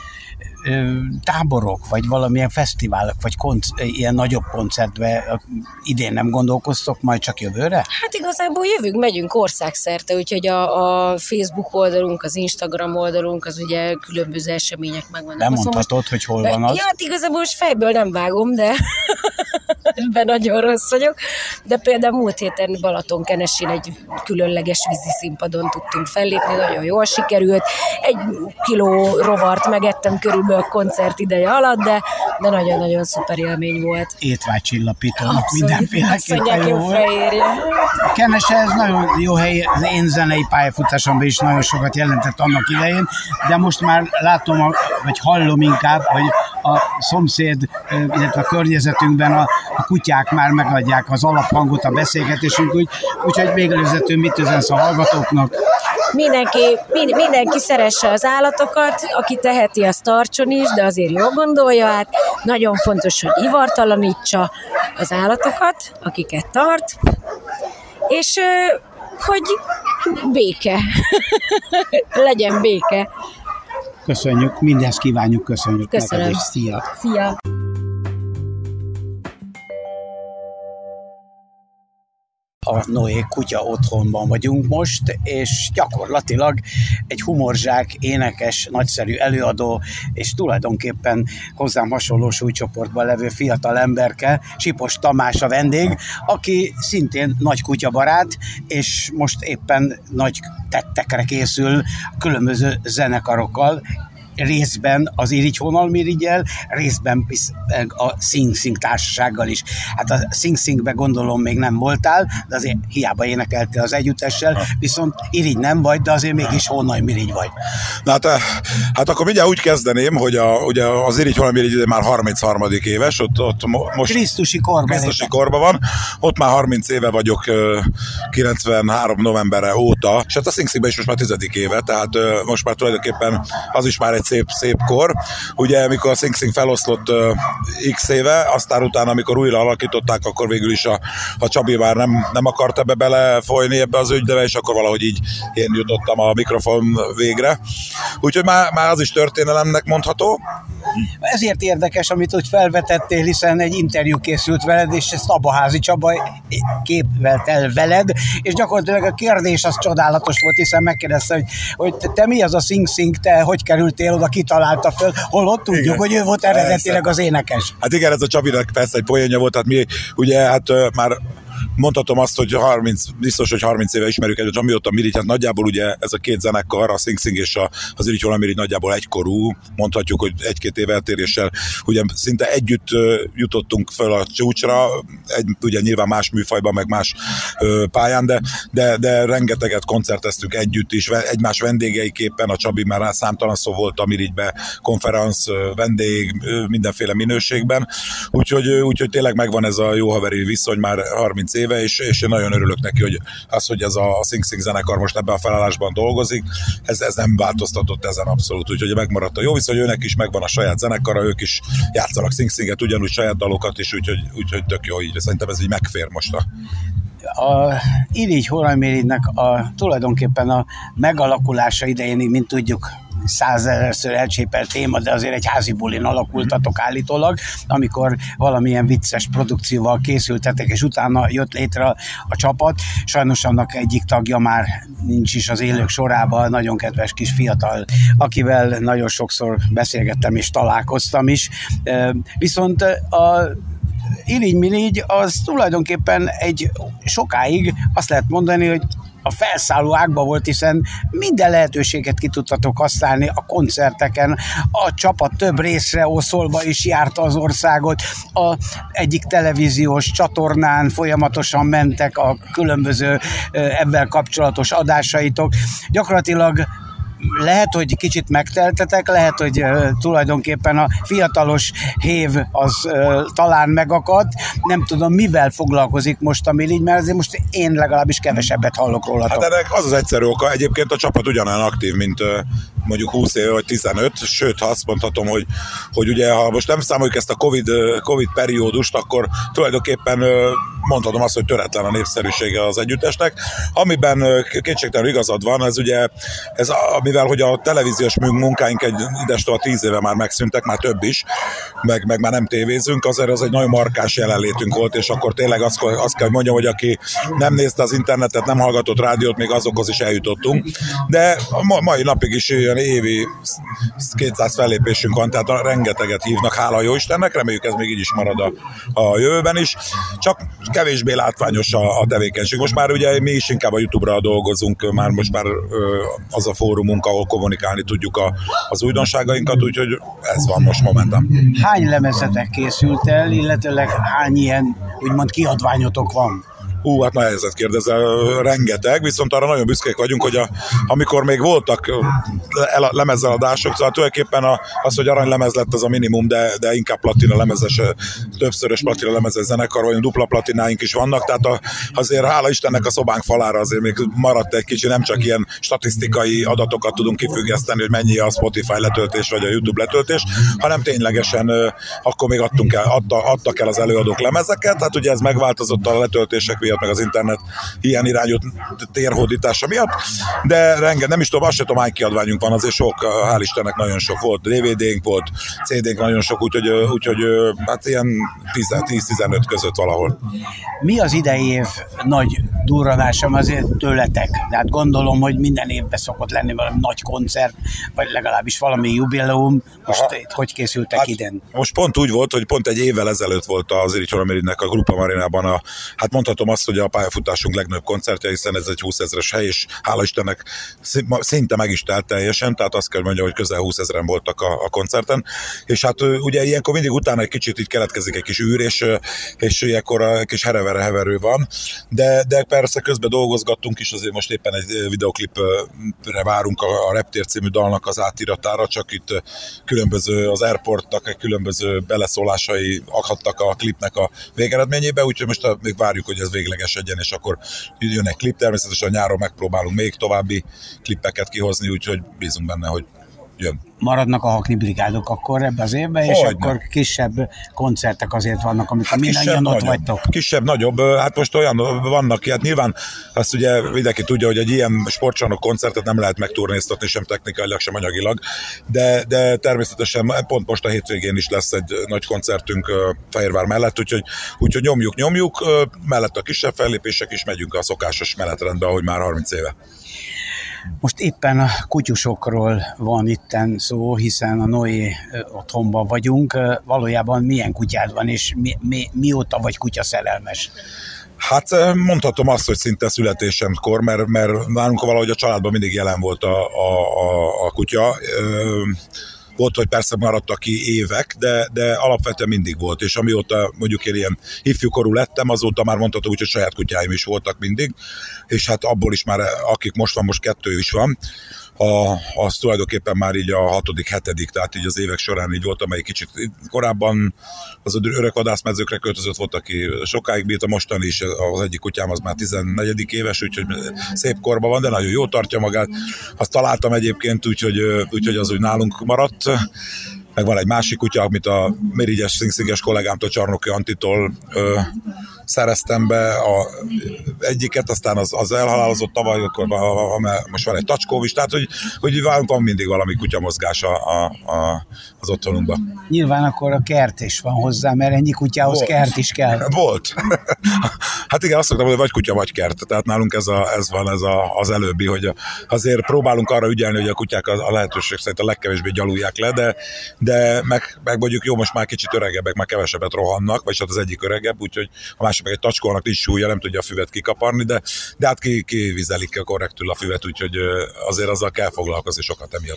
Táborok, vagy valamilyen fesztiválok, vagy konc- ilyen nagyobb koncertbe idén nem gondolkoztok, majd csak jövőre? Hát igazából jövünk, megyünk országszerte, úgyhogy a, a Facebook oldalunk, az Instagram oldalunk, az ugye különböző események megvannak. Nem mondhatod, hogy hol van az? Ja, hát igazából most fejből nem vágom, de ebben nagyon rossz vagyok. De például múlt héten Balatonkenesén egy különleges vízi színpadon tudtunk fellépni, nagyon jól sikerült. Egy kiló rovart megettem körülbelül a koncert ideje alatt, de, de nagyon-nagyon szuper élmény volt. Étvágycsillapító, mindenféleképpen jó volt. Fehérje. Kenese, ez nagyon jó hely, az én zenei pályafutásomban is nagyon sokat jelentett annak idején, de most már látom, vagy hallom inkább, hogy a szomszéd, illetve a környezetünkben a, a kutyák már megadják az alaphangot a beszélgetésünk, úgy, úgyhogy még előzető mit üzensz a hallgatóknak? Mindenki, mind, mindenki szeresse az állatokat, aki teheti, az tartson is, de azért jól gondolja át. Nagyon fontos, hogy ivartalanítsa az állatokat, akiket tart, és hogy béke. Legyen béke. Köszönjük, mindezt kívánjuk, köszönjük. Köszönöm. Neked is. Szia! Szia! A Noé kutya otthonban vagyunk most, és gyakorlatilag egy humorzsák, énekes, nagyszerű előadó, és tulajdonképpen hozzám hasonló súlycsoportban levő fiatal emberke, Sipos Tamás a vendég, aki szintén nagy kutyabarát, és most éppen nagy tettekre készül különböző zenekarokkal, részben az Irigy Honalmirigyel, részben a Sing Sing társasággal is. Hát a Sing Singbe gondolom még nem voltál, de azért hiába énekeltél az együttessel, viszont Irigy nem vagy, de azért mégis Honalmirigy vagy. Na hát, hát akkor mindjárt úgy kezdeném, hogy a, ugye az Irigy Honalmirigy már harmincharmadik éves, ott, ott most Krisztusi korban. Krisztusi korban van, ott már harminc éve vagyok, kilencvenhárom novembere óta, és hát a Sing Singben is most már tizedik éve, tehát most már tulajdonképpen az is már egy egy szép, szép kor. Ugye, amikor a Sing Sing feloszlott uh, x éve, aztán utána, amikor újra alakították, akkor végül is a, a Csabi már nem, nem akart ebbe belefolyni ebbe az ügybe, és akkor valahogy így én jutottam a mikrofon végre. Úgyhogy már, már az is történelemnek mondható. Ezért érdekes, amit úgy felvetettél, hiszen egy interjú készült veled, és Szabaházi Csaba képvelt el veled, és gyakorlatilag a kérdés az csodálatos volt, hiszen megkérdezte, hogy, hogy te mi az a Sing Sing, te hogy kerültél oda, kitalálta föl, holott tudjuk, igen, hogy ő volt eredetileg az énekes. Hát igen, ez a Csabinak persze egy poénja volt, hát mi ugye hát már mondhatom azt, hogy harminc, biztos, hogy harminc éve ismerjük egyet, amióta Mirigy, hát nagyjából ugye ez a két zenekar, a Sing Sing és a, az Irigy Holland Mirigy nagyjából egykorú, mondhatjuk, hogy egy-két év eltéréssel, ugye szinte együtt uh, jutottunk föl a csúcsra, egy, ugye nyilván más műfajban, meg más uh, pályán, de, de, de rengeteget koncerteztünk együtt is, egymás vendégeiképpen, a Csabi már számtalan szó volt a Mirigybe, konferenc, vendég, mindenféle minőségben, úgyhogy, úgyhogy tényleg megvan ez a jó haveri viszony már harminc éve, és, és én nagyon örülök neki, hogy az, hogy ez a Sing Sing zenekar most ebben a felállásban dolgozik, ez, ez nem változtatott ezen abszolút, úgyhogy megmaradt a jó viszony, őnek is megvan a saját zenekara, ők is játszanak Sing Singet, ugyanúgy saját dalokat is, úgyhogy, úgyhogy tök jó, így szerintem ez így megfér most a a Irigy Holland Mirigynek a tulajdonképpen a megalakulása idején, mint tudjuk, százezerszer elcsépelt téma, de azért egy házi bulin alakultatok állítólag, amikor valamilyen vicces produkcióval készültetek, és utána jött létre a, a csapat. Sajnos annak egyik tagja már nincs is az élők sorában, nagyon kedves kis fiatal, akivel nagyon sokszor beszélgettem és találkoztam is. Viszont a Irigy Mirigy az tulajdonképpen egy sokáig azt lehet mondani, hogy a felszálló ágba volt, hiszen minden lehetőséget ki tudtatok használni a koncerteken, a csapat több részre oszolva is járta az országot, a egyik televíziós csatornán folyamatosan mentek a különböző ebben kapcsolatos adásaitok. Gyakorlatilag lehet, hogy kicsit megteltetek, lehet, hogy uh, tulajdonképpen a fiatalos hév az uh, talán megakadt. Nem tudom, mivel foglalkozik most a Mirigy, mert azért most én legalábbis kevesebbet hallok róla. Hát ennek az az egyszerű oka, egyébként a csapat ugyanolyan aktív, mint uh, mondjuk húsz éve vagy tizenöt, sőt, ha azt mondhatom, hogy, hogy ugye, ha most nem számoljuk ezt a Covid, uh, Covid periódust, akkor tulajdonképpen uh, mondhatom azt, hogy töretlen a népszerűsége az együttesnek. Amiben uh, kétségtelenül igazad van, ez ugye, ez a, mivel hogy a televíziós munkáink egy idestől a tíz éve már megszűntek, már több is, meg, meg már nem tévézünk, azért az egy nagyon markáns jelenlétünk volt, és akkor tényleg azt, azt kell, hogy mondjam, hogy aki nem nézte az internetet, nem hallgatott rádiót, még azokhoz is eljutottunk. De a mai napig is ilyen évi kétszáz fellépésünk van, tehát rengeteget hívnak, hála jó Istennek, reméljük ez még így is marad a, a jövőben is. Csak kevésbé látványos a, a tevékenység. Most már ugye mi is inkább a YouTube-ra dolgozunk, már most már az a fórumunk, ahol kommunikálni tudjuk a, az újdonságainkat, úgyhogy ez van most momentum. Hány lemezetek készült el, illetőleg hány ilyen úgymond kiadványotok van? Hú, hát nehezet kérdezel, rengeteg, viszont arra nagyon büszkék vagyunk, hogy a, amikor még voltak lemezeladások, szóval tulajdonképpen a, az, hogy aranylemez lett az a minimum, de, de inkább platina lemezes, többszörös platina lemezes zenekar, vagy dupla platináink is vannak, tehát a, azért hála Istennek a szobánk falára azért még maradt egy kicsi, nem csak ilyen statisztikai adatokat tudunk kifüggeszteni, hogy mennyi a Spotify letöltés, vagy a YouTube letöltés, hanem ténylegesen akkor még adtunk el, adta, adtak el az előadók lemezeket, hát ugye ez megváltozott a letöltések miatt, meg az internet ilyen irányú térhódítása miatt, de rengeteg, nem is tudom, azt sem tudom, hány kiadványunk van, azért sok, hál' Istennek nagyon sok volt, dé vé dé-nk volt, cé dé-nk nagyon sok, úgyhogy, úgyhogy hát ilyen tíz-tizenöt között valahol. Mi az idei év nagy durranásom azért tőletek? Tehát gondolom, hogy minden évben szokott lenni valami nagy koncert, vagy legalábbis valami jubileum. Most itt hogy készültek hát idén? Most pont úgy volt, hogy pont egy évvel ezelőtt volt az Irigy Holland Mirigynek a Grupa Marinában a, hát mondhatom azt, hogy a pályafutásunk legnagyobb koncertje, hiszen ez egy húszezres hely, és hála Istennek szinte meg is telt teljesen, tehát azt kell mondjam, hogy közel húszezren voltak a, a koncerten, és hát ugye ilyenkor mindig utána egy kicsit így keletkezik egy kis űr, és, és ilyenkor egy kis herevere-heverő van, de, de persze közben dolgozgattunk is, azért most éppen egy videoklipre várunk a, a Reptér című dalnak az átiratára, csak itt különböző az Airportnak, különböző beleszólásai akadtak a klipnek a végeredményébe, úgyhogy most a, még várjuk, hogy ez véglegesedjen, és akkor jön egy klip, természetesen a nyáron megpróbálunk még további klippeket kihozni, úgyhogy bízunk benne, hogy jön. Maradnak a Hakni brigádok akkor ebbe az évben, és Hogyne. akkor kisebb koncertek azért vannak, amikor hát mindannyian ott nagyobb, vagytok. Kisebb, nagyobb, hát most olyan vannak, hát nyilván azt ugye mindenki tudja, hogy egy ilyen sportcsarnok koncertet nem lehet megturnéztatni sem technikailag, sem anyagilag, de, de természetesen pont most a hétvégén is lesz egy nagy koncertünk Fehérvár mellett, úgyhogy, úgyhogy nyomjuk, nyomjuk, mellett a kisebb fellépések is, megyünk a szokásos menetrendbe, ahogy már harminc éve. Most éppen a kutyusokról van itten szó, hiszen a Noé otthonban vagyunk. Valójában milyen kutyád van, és mi, mi, mióta vagy kutyaszerelmes? Hát mondhatom azt, hogy szinte születésemkor, mert, mert nálunk valahogy a családban mindig jelen volt a, a, a, a kutya. Volt, hogy persze maradtak ki évek, de, de alapvetően mindig volt, és amióta mondjuk én ilyen ifjúkorú lettem, azóta már mondhatom úgy, hogy saját kutyáim is voltak mindig, és hát abból is már, akik most van, most kettő is van, a, az tulajdonképpen már így a hatodik, hetedik, tehát így az évek során így volt, amelyik kicsit korábban az öreg vadászmedzőkre költözött volt, aki sokáig bírt, a mostani is az egyik kutyám az már tizennegyedik éves, úgyhogy szép korban van, de nagyon jó tartja magát. Azt találtam egyébként, úgyhogy, úgyhogy az úgy nálunk maradt. Meg van egy másik kutya, amit a mirigyes, szingszinges kollégámtól, Csarnoki Antitól ö, szereztem be a egyiket, aztán az, az elhalálozott tavaly, akkor a, a, a, most van egy tacskó is, tehát hogy, hogy van mindig valami kutyamozgás a, a, a, az otthonunkban. Nyilván akkor a kert is van hozzá, mert ennyi kutyához volt. Kert is kell. Volt. Hát igen, azt szoktam, hogy vagy kutya, vagy kert, tehát nálunk ez, a, ez van, ez a, az előbbi, hogy azért próbálunk arra ügyelni, hogy a kutyák a, a lehetőség szerint a legkevésbé gyalulják le, de de meg, meg mondjuk jó, most már kicsit öregebbek, már kevesebbet rohannak, vagy hát az egyik öregebb, úgyhogy a másik meg egy tacskónak nincs súlya, nem tudja a füvet kikaparni, de, de hát ki, kivizelik korrektül a füvet, úgyhogy azért azzal kell foglalkozni sokat emiatt.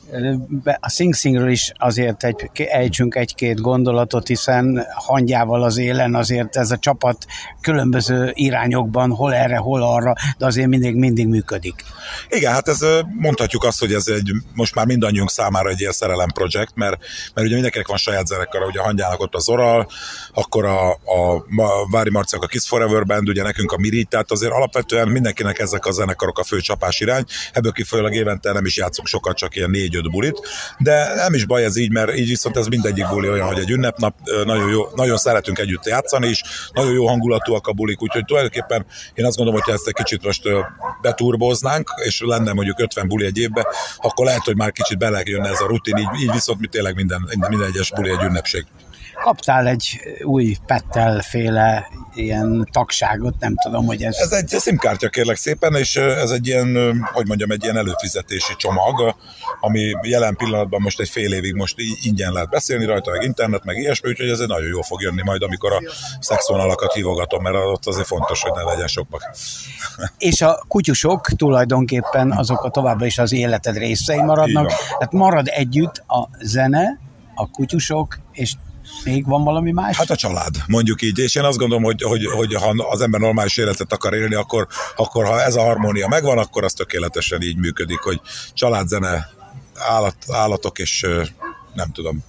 A Sing Singről is azért egy, ejtsünk egy-két gondolatot, hiszen hangyával az élen azért ez a csapat különböző irányokban, hol erre, hol arra, de azért mindig, mindig működik. Igen, hát ez mondhatjuk azt, hogy ez egy most már mindannyiunk számára egy ilyen szerelem projekt, mert, mert ugye mindenkinek van saját zenekara, ugye a hangyának ott az Oral, akkor a, a Vári Marciak a Kiss Forever Band, ugye nekünk a Mirigy, tehát azért alapvetően mindenkinek ezek a zenekarok a fő csapás irány, ebből kifolyólag évente nem is játszunk sokat, csak ilyen négy bulit, de nem is baj ez így, mert így viszont ez mindegyik buli olyan, hogy egy ünnepnap, nagyon, jó, nagyon szeretünk együtt játszani is, nagyon jó hangulatúak a bulik, úgyhogy tulajdonképpen én azt gondolom, hogy ezt egy kicsit most beturboznánk, és lenne mondjuk ötven buli egy évben, akkor lehet, hogy már kicsit belejönne ez a rutin, így, így viszont mi tényleg minden, minden egyes buli egy ünnepség. Kaptál egy új Pettel féle ilyen tagságot, nem tudom, hogy ez... Ez egy szimkártya, kérlek szépen, és ez egy ilyen, hogy mondjam, egy ilyen előfizetési csomag, ami jelen pillanatban most egy fél évig most ingyen lehet beszélni rajta, meg internet, meg ilyesmi, úgyhogy ez nagyon jól fog jönni majd, amikor a szexvonalakat hívogatom, mert ott azért fontos, hogy ne legyen sokba. És a kutyusok tulajdonképpen azok a továbbra is az életed részei maradnak, tehát marad együtt a zene, a kutyusok, és még van valami más? Hát a család, mondjuk így, és én azt gondolom, hogy, hogy, hogy ha az ember normális életet akar élni, akkor, akkor ha ez a harmónia megvan, akkor az tökéletesen így működik, hogy család, zene, állat, állatok, és nem tudom.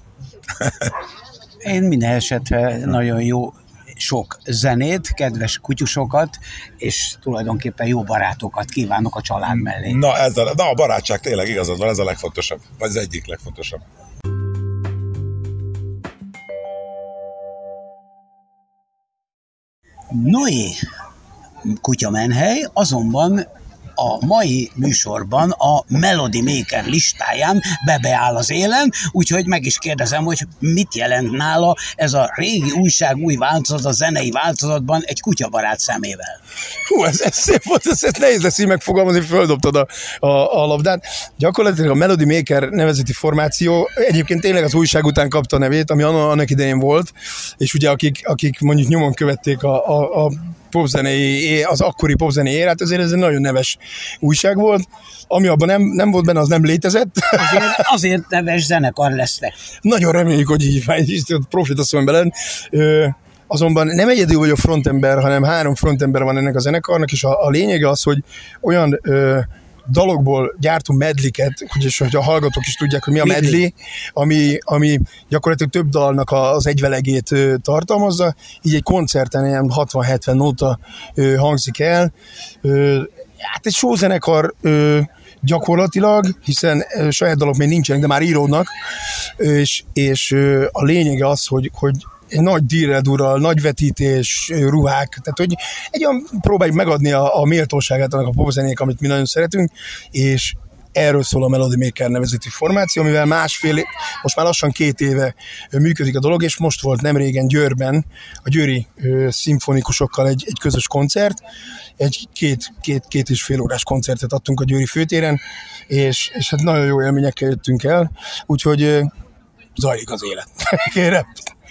Én minden esetre nagyon jó sok zenét, kedves kutyusokat, és tulajdonképpen jó barátokat kívánok a család mellé. Na, ez a, na a barátság tényleg igazad van, ez a legfontosabb, vagy az egyik legfontosabb. Noé kutyamenhely azonban a mai műsorban a Melody Maker listáján bebeáll az élen, úgyhogy meg is kérdezem, hogy mit jelent nála ez a régi újság új változat, a zenei változatban egy kutyabarát szemével. Hú, ez, ez szép volt, ez, ez nehéz lesz így megfogalmazni, földobtad a, a, a labdát. Gyakorlatilag a Melody Maker nevezeti formáció egyébként tényleg az újság után kapta a nevét, ami annak idején volt, és ugye akik, akik mondjuk nyomon követték a, a, a popzenei, az akkori popzenei érát, azért ez egy nagyon neves újság volt. Ami abban nem, nem volt benne, az nem létezett. Azért, azért neves zenekar lesznek. Nagyon reméljük, hogy így van, és profit a szó belen. Azonban nem egyedül vagyok frontember, hanem három frontember van ennek a zenekarnak, és a, a lényege az, hogy olyan ö, dalokból gyártunk medliket, úgyis, hogy a hallgatók is tudják, hogy mi a medli, ami, ami gyakorlatilag több dalnak az egyvelegét ö, tartalmazza, így egy koncerten ilyen hatvan-hetven nóta ö, hangzik el. Ö, Hát egy showzenekar ö, gyakorlatilag, hiszen ö, saját dalok még nincsenek, de már íródnak, és, és ö, a lényege az, hogy, hogy egy nagy díredural, nagy vetítés, ruhák, tehát hogy egy olyan próbáljuk megadni a, a méltóságát annak a popzenék, amit mi nagyon szeretünk, és erről szól a Melody Maker nevezetű formáció, amivel másfél, most már lassan két éve működik a dolog, és most volt nemrégen Győrben a győri ö, szimfonikusokkal egy, egy közös koncert, egy két, két, két és fél órás koncertet adtunk a győri főtéren, és, és hát nagyon jó élményekkel jöttünk el, úgyhogy ö, zajlik az élet. Kérem.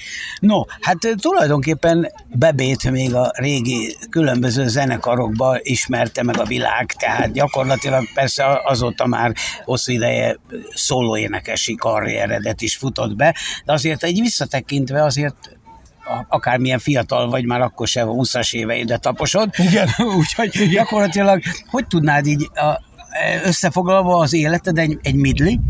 No, hát tulajdonképpen Bebét még a régi különböző zenekarokba ismerte meg a világ, tehát gyakorlatilag persze azóta már hosszú ideje szólóénekesi karrieredet is futott be, de azért egy visszatekintve azért akármilyen fiatal vagy, már akkor sem a húszas éveidet taposod. Igen. Úgyhogy gyakorlatilag hogy tudnád így a, összefoglalva az életed egy, egy midli?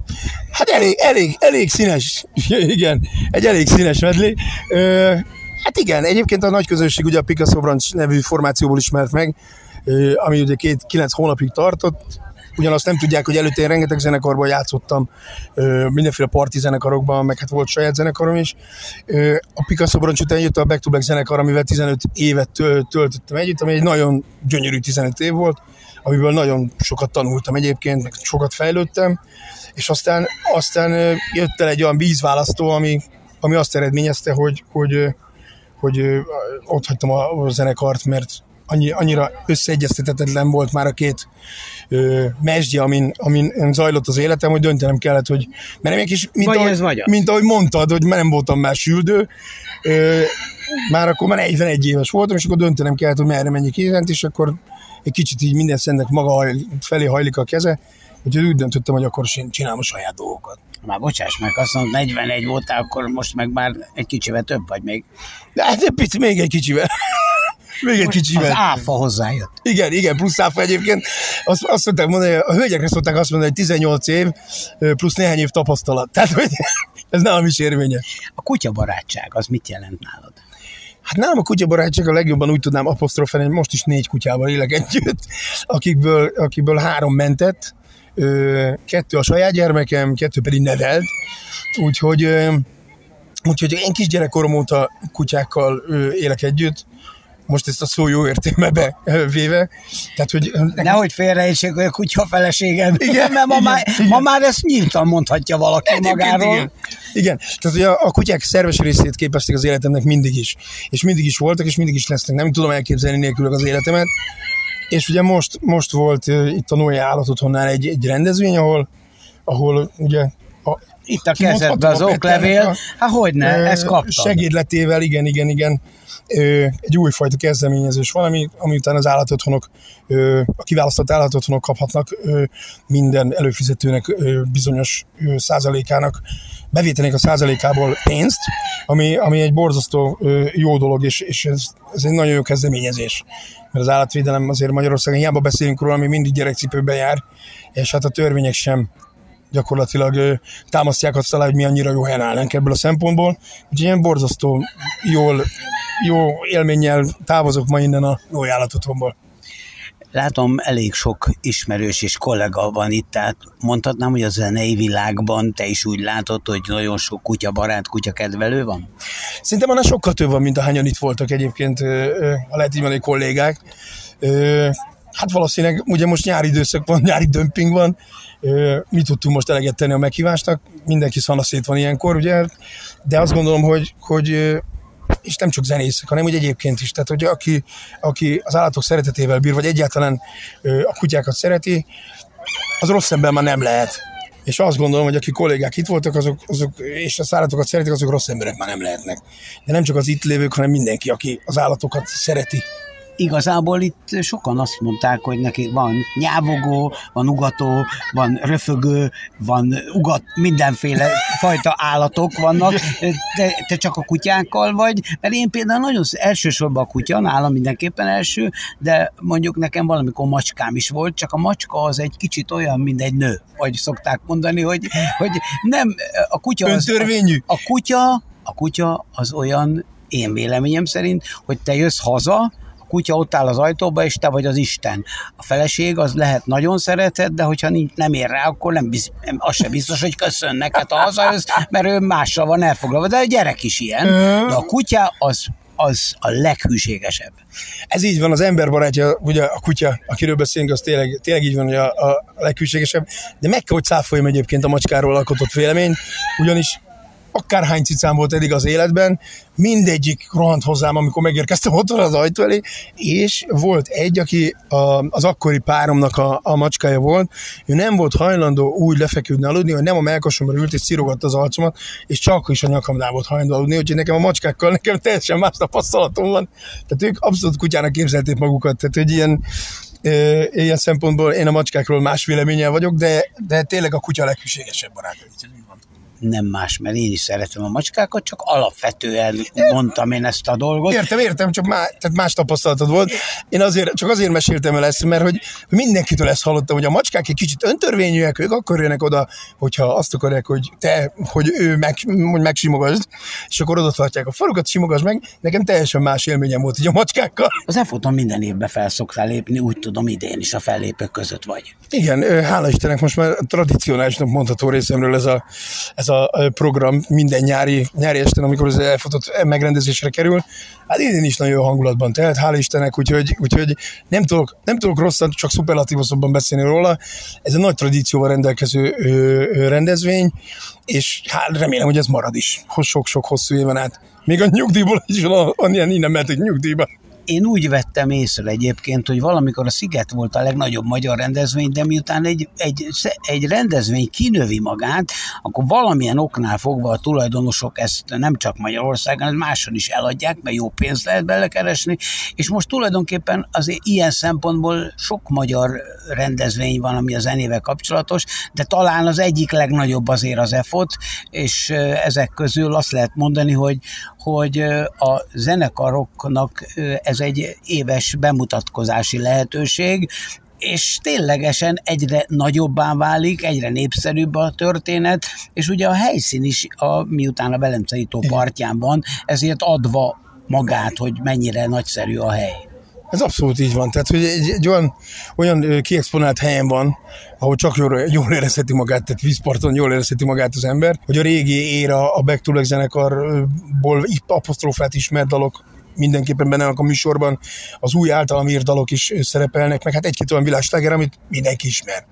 Hát elég, elég, elég színes, igen, egy elég színes medley. Ö, hát igen, egyébként a nagy közösség ugye a Picasso Branch nevű formációból ismert meg, ö, ami ugye két, kilenc hónapig tartott. Ugyanazt nem tudják, hogy előtte én rengeteg zenekarban játszottam, ö, mindenféle parti zenekarokban, meg hát volt saját zenekarom is. Ö, a Picasso Branch után jött a Back to Black zenekar, amivel tizenöt évet töltöttem együtt, ami egy nagyon gyönyörű tizenöt év volt, amiből nagyon sokat tanultam egyébként, meg sokat fejlődtem, és aztán, aztán jött el egy olyan vízválasztó, ami, ami azt eredményezte, hogy, hogy, hogy ott hagytam a zenekart, mert annyi, annyira összeegyeztethetetlen volt már a két ö, mesdje, amin, amin zajlott az életem, hogy döntenem kellett, hogy mert egy kis, mint, ahogy, vagy mint ahogy mondtad, hogy nem voltam már süldő, ö, már akkor már negyvenegy éves voltam, és akkor döntenem kellett, hogy merre menjek iránt, és akkor egy kicsit így minden szennek maga felé hajlik a keze, úgyhogy úgy döntöttem, hogy akkor én csinálom a saját dolgokat. Már bocsáss meg, azt mondod, negyvenegy voltál, akkor most meg már egy kicsivel több vagy még. De hát egy picit, még egy kicsivel. Még egy kicsivel. Az áfa hozzájött. Igen, igen, plusz áfa egyébként. Azt, azt szokták mondani, a hölgyekre szokták azt mondani, hogy tizennyolc év plusz néhány év tapasztalat. Tehát, hogy ez nálam is érvényes. A kutyabarátság, az mit jelent nálad? Hát nálam a kutyabarátság a legjobban úgy tudnám apostrofálni, hogy most is négy kutyával élek együtt, akikből, akikből három mentett, kettő a saját gyermekem, kettő pedig nevelt, úgyhogy, úgyhogy én kisgyerekkorom óta kutyákkal élek együtt, most ezt a szó jó értelmebe véve. Tehát, hogy nehogy félreértsék, hogy a kutya feleséged. Igen, mert ma, igen, már, igen. ma már ezt nyíltan mondhatja valaki Egyébként magáról. Igen. igen. Tehát, hogy a, a kutyák szerves részét képezték az életemnek mindig is. És mindig is voltak, és mindig is lesznek. Nem tudom elképzelni nélkülök az életemet. És ugye most, most volt uh, itt a Noé Állatotthonnál egy, egy rendezvény, ahol, ahol ugye a, itt a kezedben az oklevél, hát hogyne, ezt kaptad. Segédletével, igen, igen, igen. Egy újfajta kezdeményezés van, ami, ami után az állatotthonok, a kiválasztott állatotthonok kaphatnak minden előfizetőnek bizonyos százalékának, bevételének a százalékából pénzt, ami, ami egy borzasztó jó dolog, és, és ez, ez egy nagyon jó kezdeményezés. Mert az állatvédelem azért Magyarországon hiába beszélünk róla, ami mindig gyerekcipőben jár, és hát a törvények sem gyakorlatilag ö, támasztják azt alá, hogy mi annyira jó helyen állnánk ebből a szempontból. Úgyhogy ilyen borzasztó jól, jó élménnyel távozok ma innen a Noé Állatotthonból. Látom, elég sok ismerős és kollega van itt, tehát mondhatnám, hogy a zenei világban te is úgy látod, hogy nagyon sok kutyabarát, kutyakedvelő van? Szerintem annál sokkal több van, mint ahányan itt voltak egyébként, ha lehet így mondani, kollégák. Hát valószínűleg, ugye most nyári időszak van, nyári dömping van, mi tudtunk most eleget tenni a meghívásnak, mindenki szanaszét van ilyenkor, ugye, de azt gondolom, hogy, hogy és nem csak zenészek, hanem úgy egyébként is, tehát hogy aki, aki az állatok szeretetével bír, vagy egyáltalán a kutyákat szereti, az rossz ember már nem lehet. És azt gondolom, hogy aki kollégák itt voltak, azok, azok és az állatokat szeretik, azok rossz emberek már nem lehetnek. De nem csak az itt lévők, hanem mindenki, aki az állatokat szereti. Igazából itt sokan azt mondták, hogy neki van nyávogó, van ugató, van röfögő, van ugat, mindenféle fajta állatok vannak. Te, te csak a kutyákkal vagy, mert én például nagyon elsősorban a kutya, nálam mindenképpen első, de mondjuk nekem valamikor macskám is volt, csak a macska az egy kicsit olyan, mint egy nő, vagy szokták mondani, hogy, hogy nem, a kutya az, öntörvényű. A, a kutya, a kutya az olyan, én véleményem szerint, hogy te jössz haza, kutya ott áll az ajtóba, és te vagy az Isten. A feleség az lehet nagyon szeretett, de hogyha nincs, nem ér rá, akkor nem biz, az sem biztos, hogy köszön neked, ha hazajössz, mert ő mással van elfoglalva. De a gyerek is ilyen. De a kutya az az a leghűségesebb. Ez így van, az emberbarátja, ugye a kutya, akiről beszélünk, az tényleg, tényleg így van, hogy a, a leghűségesebb, de meg kell, hogy cáfoljam egyébként a macskáról alkotott véleményt, ugyanis akárhány cicám volt eddig az életben, mindegyik rohant hozzám, amikor megérkeztem otthon az ajtó elé, és volt egy, aki a, az akkori páromnak a, a macskája volt, ő nem volt hajlandó úgy lefeküdni aludni, hogy nem a mellkasomra ült és szirogatta az arcomat, és csak is a nyakamnál volt hajlandó aludni, úgyhogy nekem a macskákkal nekem teljesen más tapasztalatom van. Tehát ők abszolút kutyának képzelték magukat, tehát hogy ilyen, ö, ilyen szempontból én a macskákról más véleménnyel vagyok, de, de tényleg a kutya a leghűségesebb barát. Nem más, mert én is szeretem a macskákat, csak alapvetően mondtam én ezt a dolgot. Értem, értem, csak má, tehát más tapasztalatod volt. Én azért, csak azért meséltem el ezt, mert hogy mindenkitől ezt hallottam, hogy a macskák egy kicsit öntörvényűek, ők akkor jönnek oda, hogyha azt akarják, hogy te, hogy ő meg, hogy megsimogasd, és akkor oda tartják a falukat, simogasd meg. Nekem teljesen más élményem volt így a macskákkal. Az e-foton minden évben fel szoktál lépni, úgy tudom, idén is a fellépők között vagy. Igen, hála Istennek most már tradicionálisnak mondható részemről ez a, ez a a program minden nyári, nyári esten, amikor az elfutott megrendezésre kerül. Hát idén is nagyon jó hangulatban telt, hála Istennek, úgyhogy, úgyhogy nem, tudok, nem tudok rosszat, csak szuperlatívoszabban beszélni róla. Ez egy nagy tradícióval rendelkező ö, ö, rendezvény, és hát remélem, hogy ez marad is, sok-sok hosszú éven át. Még a nyugdíjból is van, annyian innen mehetünk nyugdíjba. Én úgy vettem észre egyébként, hogy valamikor a Sziget volt a legnagyobb magyar rendezvény, de miután egy, egy, egy rendezvény kinövi magát, akkor valamilyen oknál fogva a tulajdonosok ezt nem csak Magyarországon, hanem máson is eladják, mert jó pénzt lehet belekeresni, és most tulajdonképpen azért ilyen szempontból sok magyar rendezvény van, ami a zenével kapcsolatos, de talán az egyik legnagyobb azért az e-fot, és ezek közül azt lehet mondani, hogy, hogy a zenekaroknak ez egy éves bemutatkozási lehetőség, és ténylegesen egyre nagyobbá válik, egyre népszerűbb a történet, és ugye a helyszín is, a, miután a Velencei tó partján van, ezért adva magát, hogy mennyire nagyszerű a hely. Ez abszolút így van. Tehát, hogy egy, egy olyan, olyan kiexponált helyen van, ahol csak jól, jól érezheti magát, tehát vízparton jól érezheti magát az ember, hogy a régi éra, a Back to Black zenekarból apostrofát ismert dalok mindenképpen benne a műsorban, az új általam írt dalok is szerepelnek, meg hát egy-két olyan világsláger, amit mindenki ismer.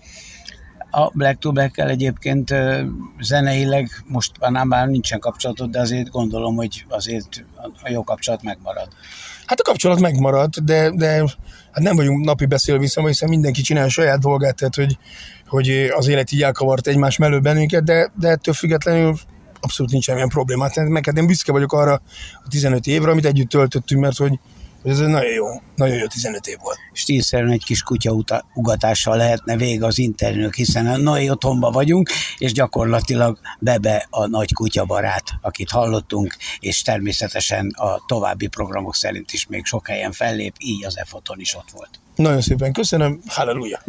A Black to Black-kel egyébként zeneileg most már nincsen kapcsolatod, de azért gondolom, hogy azért a jó kapcsolat megmarad. Hát a kapcsolat megmarad, de, de hát nem vagyunk napi beszélviszonyban, hiszen mindenki csinál a saját dolgát, tehát hogy, hogy az élet így elkavart egymás mellől bennünket, de, de ettől függetlenül abszolút nincs semmilyen problémát. Meg hát én büszke vagyok arra a tizenöt évre, amit együtt töltöttünk, mert hogy ez nagyon jó, nagyon jó tizenöt év volt. Stílszerűen egy kis kutya ugatással lehetne vége az interjúnak, hiszen a Noé otthonban vagyunk, és gyakorlatilag Bebe a nagy kutyabarát, akit hallottunk, és természetesen a további programok szerint is még sok helyen fellép, így az e-foton is ott volt. Nagyon szépen köszönöm, halleluja!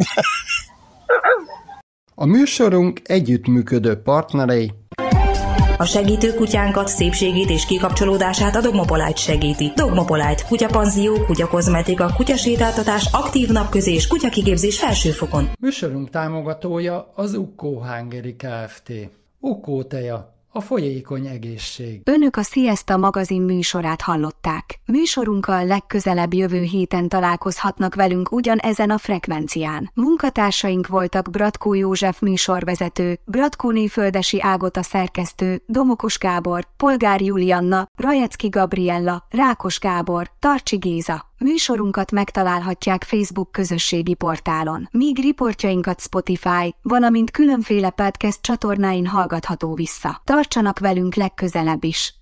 A műsorunk együttműködő partnerei: a segítő kutyánkat, szépségét és kikapcsolódását a Dogmopolite segíti. Dogmopolite, kutyapanzió, kutyakozmetika, kutyasétáltatás, aktív napközés, kutyakigépzés felsőfokon. Műsorunk támogatója az Ukkó Hungary Kft. Ukkó teja, a folyékony egészség. Önök a Siesta magazin műsorát hallották. Műsorunkkal legközelebb jövő héten találkozhatnak velünk ugyanezen a frekvencián. Munkatársaink voltak Bratkó József műsorvezető, Bratkóné Földesi Ágota szerkesztő, Domokos Gábor, Polgár Julianna, Rajecki Gabriella, Rákos Gábor, Tarcsi Géza. Műsorunkat megtalálhatják Facebook közösségi portálon, míg riportjainkat Spotify, valamint különféle podcast csatornáin hallgatható vissza. Tartsanak velünk legközelebb is!